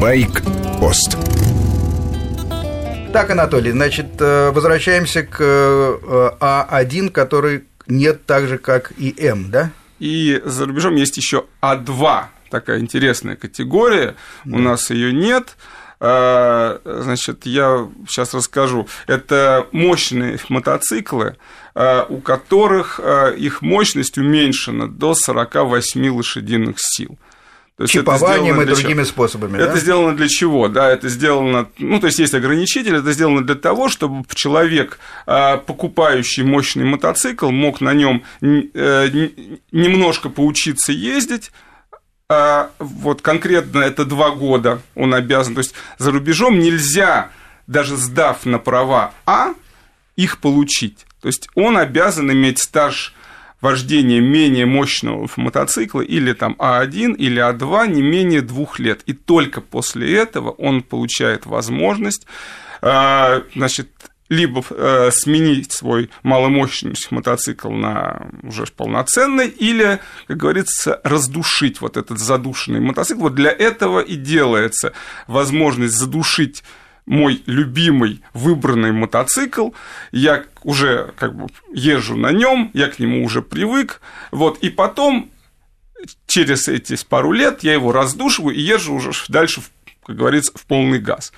Байк-пост. Так, Анатолий, значит, возвращаемся к А1, который нет так же, как и М, да? И за рубежом есть еще А2, такая интересная категория, у нас ее нет. Значит, я сейчас расскажу. Это мощные мотоциклы, у которых их мощность уменьшена до 48 лошадиных сил. Чипованием и другими способами. Это сделано для чего? Да, это сделано, то есть есть ограничитель, это сделано для того, чтобы человек, покупающий мощный мотоцикл, мог на нем немножко поучиться ездить. Вот конкретно это 2 года он обязан. То есть за рубежом нельзя, даже сдав на права А, их получить. То есть он обязан иметь стаж вождения менее мощного мотоцикла, или там А1, или А2, не менее 2 лет. И только после этого он получает возможность, значит, либо сменить свой маломощный мотоцикл на уже полноценный, или, как говорится, раздушить вот этот задушенный мотоцикл. Вот для этого и делается возможность задушить мой любимый выбранный мотоцикл, я уже как бы езжу на нем, я к нему уже привык, вот, и потом через эти пару лет я его раздушиваю и езжу уже дальше, как говорится, в полный газ.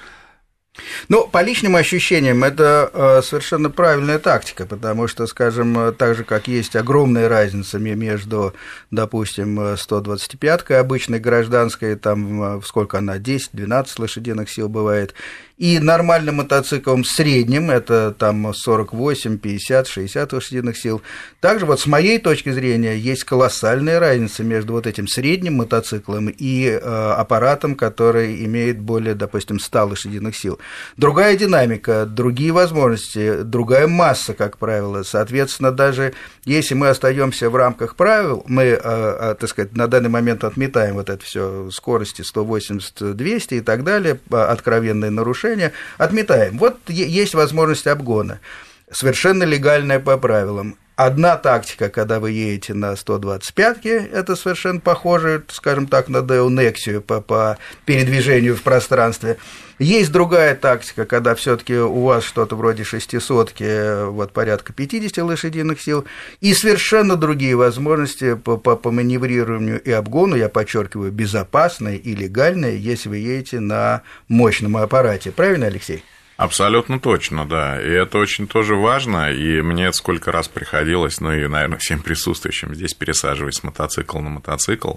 Ну, по личным ощущениям, это совершенно правильная тактика, потому что, скажем, так же, как есть огромная разница между, допустим, 125-кой обычной гражданской, там, сколько она, 10-12 лошадиных сил бывает, и нормальным мотоциклом средним, это там 48, 50, 60 лошадиных сил. Также вот с моей точки зрения есть колоссальная разница между вот этим средним мотоциклом и аппаратом, который имеет более, допустим, 100 лошадиных сил. Другая динамика, другие возможности, другая масса, как правило. Соответственно, даже если мы остаемся в рамках правил, мы, так сказать, на данный момент отметаем вот это все скорости 180, 200 и так далее, откровенные нарушения, отметаем. Вот есть возможность обгона, совершенно легальная по правилам. Одна тактика, когда вы едете на 125-ке, это совершенно похоже, скажем так, на Deo Nexia по передвижению в пространстве. Есть другая тактика, когда все-таки у вас что-то вроде 600-ки, вот порядка 50 лошадиных сил, и совершенно другие возможности по маневрированию и обгону, я подчеркиваю, безопасные и легальные, если вы едете на мощном аппарате. Правильно, Алексей? Абсолютно точно, да, и это очень тоже важно, и мне это сколько раз приходилось, ну и, наверное, всем присутствующим здесь пересаживать с мотоцикла на мотоцикл,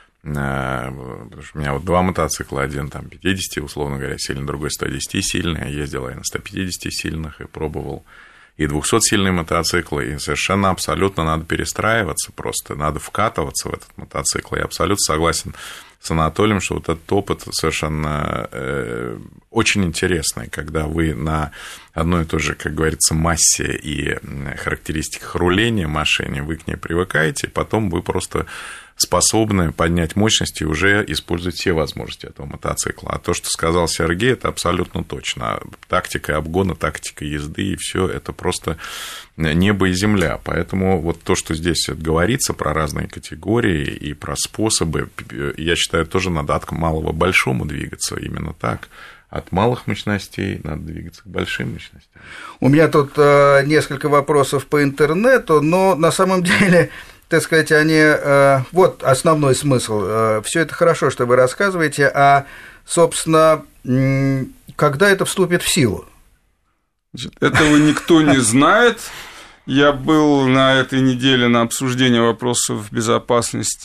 потому что у меня вот 2 мотоцикла, один там 50, условно говоря, сильный, другой 110 сильный, я ездил и на 150 сильных, и пробовал и 200-сильные мотоциклы, и совершенно абсолютно надо перестраиваться просто, надо вкатываться в этот мотоцикл, я абсолютно согласен с Анатолием, что вот этот опыт совершенно очень интересный, когда вы на одной и той же, как говорится, массе и характеристиках руления машины, вы к ней привыкаете, и потом вы просто способны поднять мощность и уже использовать все возможности этого мотоцикла. А то, что сказал Сергей, это абсолютно точно. Тактика обгона, тактика езды, и все это просто небо и земля. Поэтому вот то, что здесь говорится про разные категории и про способы, я считаю, тоже надо от малого к большому двигаться, именно так. От малых мощностей надо двигаться к большим мощностям. У меня тут несколько вопросов по интернету, но на самом деле, так сказать, они... Вот основной смысл. Все это хорошо, что вы рассказываете, а, собственно, когда это вступит в силу? Этого никто не знает. Я был на этой неделе на обсуждении вопросов безопасности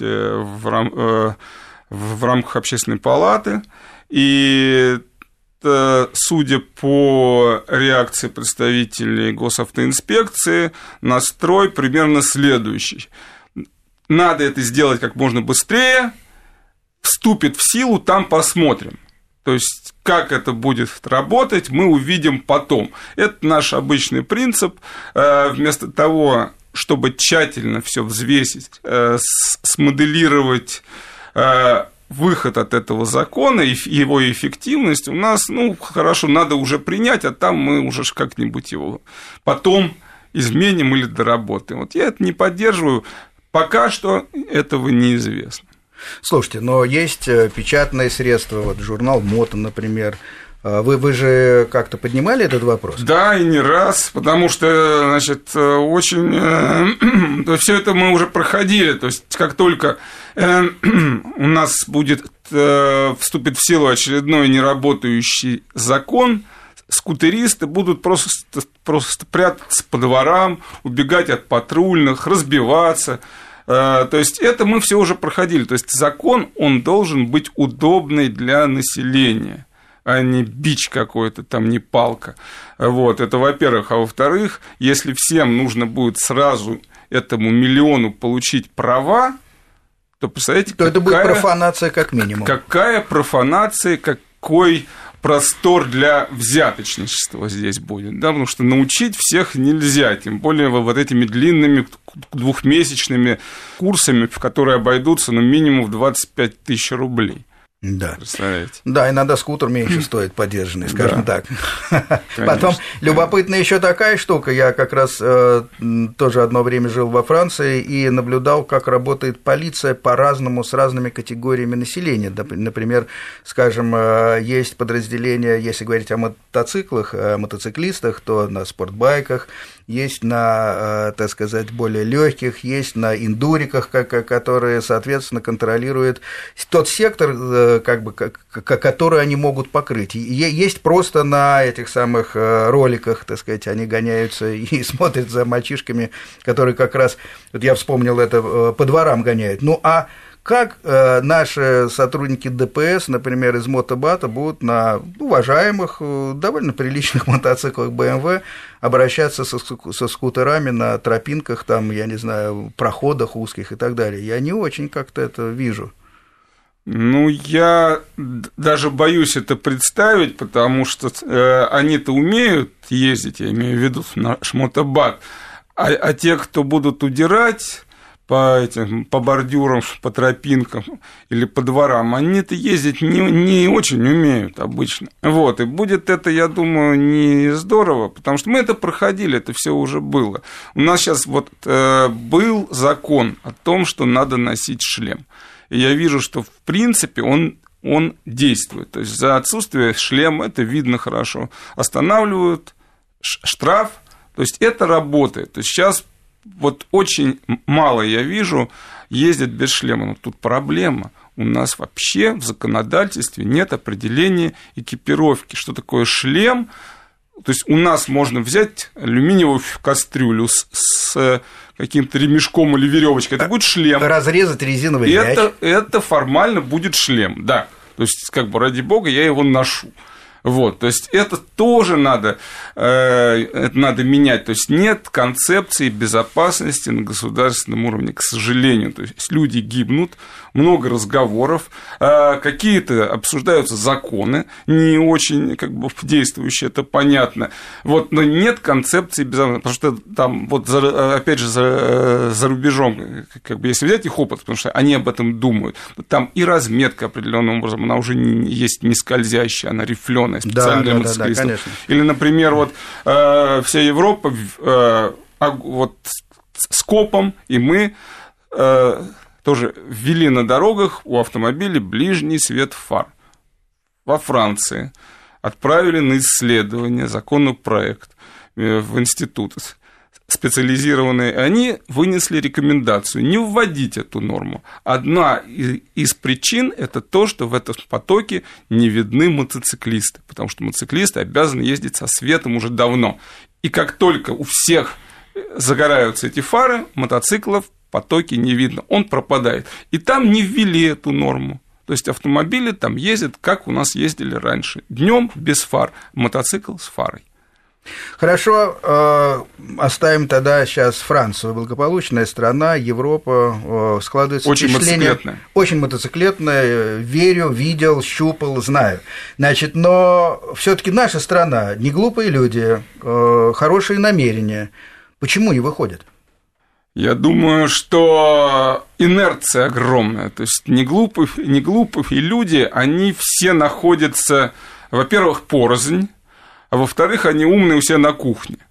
в рамках Общественной палаты, и судя по реакции представителей госавтоинспекции, настрой примерно следующий. Надо это сделать как можно быстрее, вступит в силу, там посмотрим. То есть, как это будет работать, мы увидим потом. Это наш обычный принцип. Вместо того, чтобы тщательно все взвесить, смоделировать выход от этого закона и его эффективность, у нас, хорошо, надо уже принять, а там мы уже как-нибудь его потом изменим или доработаем. Вот я это не поддерживаю, пока что этого неизвестно. Слушайте, но есть печатные средства, вот журнал «Мото», например. Вы же как-то поднимали этот вопрос? Да, и не раз, потому что, значит, очень... все это мы уже проходили, то есть как только у нас вступит в силу очередной неработающий закон, скутеристы будут просто прятаться по дворам, убегать от патрульных, разбиваться. То есть это мы все уже проходили. То есть закон, он должен быть удобный для населения, а не бич какой-то, там не палка. Вот, это во-первых. А во-вторых, если всем нужно будет сразу этому миллиону получить права, то, представляете, это будет профанация как минимум. Какая профанация, какой простор для взяточничества здесь будет, да, потому что научить всех нельзя, тем более вот этими длинными двухмесячными курсами, в которые обойдутся, минимум в 25 тысяч рублей. Да. Представляете? Да, иногда скутер меньше стоит подержанный, скажем так. Конечно. Потом любопытная еще такая штука. Я как раз тоже одно время жил во Франции и наблюдал, как работает полиция по-разному с разными категориями населения. Например, скажем, есть подразделения, если говорить о мотоциклах, о мотоциклистах, то на спортбайках, есть на, так сказать, более легких, есть на индуриках, которые, соответственно, контролируют тот сектор, который они могут покрыть. Есть просто на этих самых роликах, так сказать, они гоняются и смотрят за мальчишками, которые как раз, вот я вспомнил это, по дворам гоняют. Ну, а как наши сотрудники ДПС, например, из Мотобата, будут на уважаемых, довольно приличных мотоциклах BMW обращаться со скутерами на тропинках, там, я не знаю, проходах узких и так далее? Я не очень как-то это вижу. Ну, я даже боюсь это представить, потому что они-то умеют ездить, я имею в виду наш Мотобат, а те, кто будут удирать по бордюрам, по тропинкам или по дворам, они-то ездить не очень умеют обычно. Вот, и будет это, я думаю, не здорово, потому что мы это проходили, это все уже было. У нас сейчас вот был закон о том, что надо носить шлем. И я вижу, что, в принципе, он действует. То есть за отсутствие шлема это видно хорошо. Останавливают, штраф, то есть это работает. То есть сейчас вот очень мало, я вижу, ездят без шлема. Но тут проблема. У нас вообще в законодательстве нет определения экипировки. Что такое шлем? То есть у нас можно взять алюминиевую кастрюлю с каким-то ремешком или веревочкой, это будет шлем. Разрезать резиновый мяч. Это формально будет шлем, да. То есть, как бы, ради бога, я его ношу. Вот, то есть это тоже надо менять. То есть нет концепции безопасности на государственном уровне, к сожалению. То есть люди гибнут, много разговоров, какие-то обсуждаются законы, не очень как бы действующие, это понятно. Вот, но нет концепции безопасности, потому что там, вот, опять же, за рубежом, как бы, если взять их опыт, потому что они об этом думают, там и разметка определенным образом, она уже есть не скользящая, она рифлёная, специально для мотоциклистов. Или, например, вот вся Европа вот с копом, и мы тоже ввели на дорогах у автомобилей ближний свет фар. Во Франции отправили на исследование законопроект в институт специализированные, они вынесли рекомендацию не вводить эту норму. Одна из причин – это то, что в этом потоке не видны мотоциклисты, потому что мотоциклисты обязаны ездить со светом уже давно. И как только у всех загораются эти фары, мотоциклов в потоке не видно, он пропадает. И там не ввели эту норму. То есть автомобили там ездят, как у нас ездили раньше, днем без фар, мотоцикл с фарой. Хорошо, оставим тогда сейчас Францию. Благополучная страна, Европа, складывается очень впечатление. Мотоциклетная. Очень мотоциклетная. Верю, видел, щупал, знаю. Значит, но все-таки наша страна, не глупые люди, хорошие намерения. Почему не выходят? Я думаю, что инерция огромная. То есть не глупые люди, они все находятся, во-первых, порознь, а во-вторых, они умные у себя на кухне.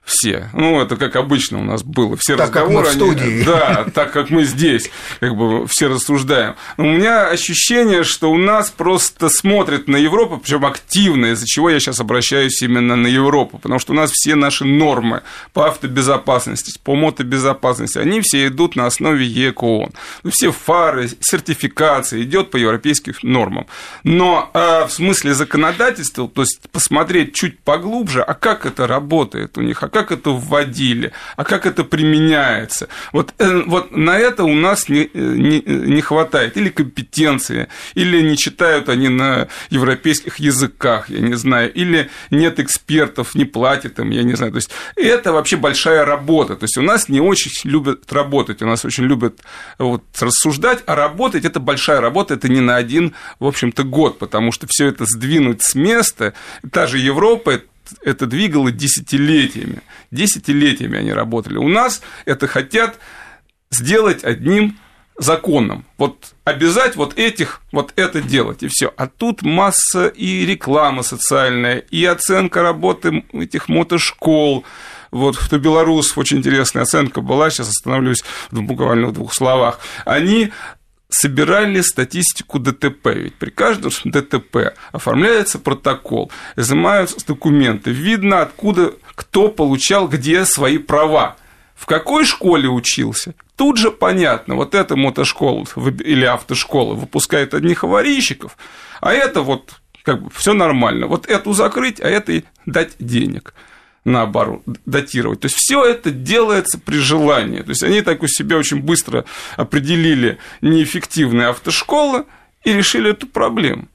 все. Ну, это как обычно у нас было. Все так разговоры, как мы в студии. Да, так как мы здесь, как бы все рассуждаем. Но у меня ощущение, что у нас просто смотрят на Европу, причем активно, из-за чего я сейчас обращаюсь именно на Европу, потому что у нас все наши нормы по автобезопасности, по мотобезопасности, они все идут на основе ЕКООН. Все фары, сертификация идет по европейским нормам. Но в смысле законодательства, то есть посмотреть чуть поглубже, а как это работает у них, а как это вводили, а как это применяется. Вот на это у нас не хватает. Или компетенции, или не читают они на европейских языках, я не знаю, или нет экспертов, не платят им, я не знаю. То есть это вообще большая работа. То есть у нас не очень любят работать, у нас очень любят рассуждать, а работать – это большая работа, это не на один, в общем-то, год, потому что все это сдвинуть с места, та же Европа это двигало десятилетиями. Десятилетиями они работали. У нас это хотят сделать одним законом. Вот обязать этих это делать, и все. А тут масса и реклама социальная, и оценка работы этих мотошкол. Вот в Беларус очень интересная оценка была, сейчас остановлюсь буквально в 2 словах. Они собирали статистику ДТП, ведь при каждом ДТП оформляется протокол, изымаются документы, видно, откуда кто получал где свои права, в какой школе учился. Тут же понятно, вот эта мотошкола или автошкола выпускает одних аварийщиков, а это все нормально. Вот эту закрыть, а этой дать денег. Наоборот, датировать. То есть все это делается при желании. То есть они так у себя очень быстро определили неэффективные автошколы и решили эту проблему.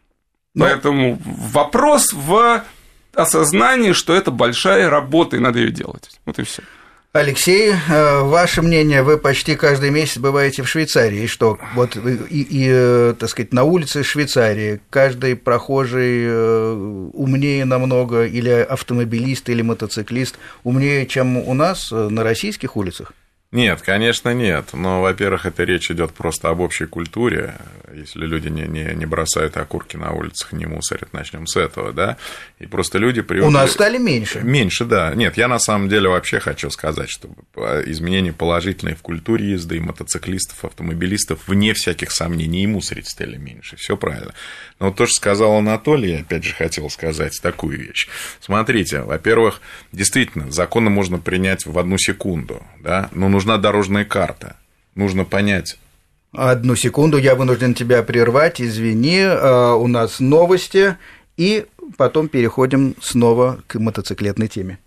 Поэтому вопрос в осознании, что это большая работа, и надо ее делать. Вот и все. Алексей, ваше мнение, вы почти каждый месяц бываете в Швейцарии, и что, так сказать, на улице Швейцарии каждый прохожий умнее намного, или автомобилист, или мотоциклист умнее, чем у нас на российских улицах? Нет, конечно, нет. Но, во-первых, это речь идет просто об общей культуре. Если люди не бросают окурки на улицах, не мусорят, начнем с этого, да. И просто люди привыкли... У нас стали меньше. Меньше, да. Нет, я на самом деле вообще хочу сказать, что изменения положительные в культуре езды мотоциклистов, автомобилистов, вне всяких сомнений, и мусорить стали меньше. Все правильно. Но то, что сказал Анатолий, я опять же хотел сказать такую вещь. Смотрите, во-первых, действительно, законы можно принять в 1 секунду, да, но нужна дорожная карта. Нужно понять. 1 секунду, я вынужден тебя прервать, извини, у нас новости, и потом переходим снова к мотоциклетной теме.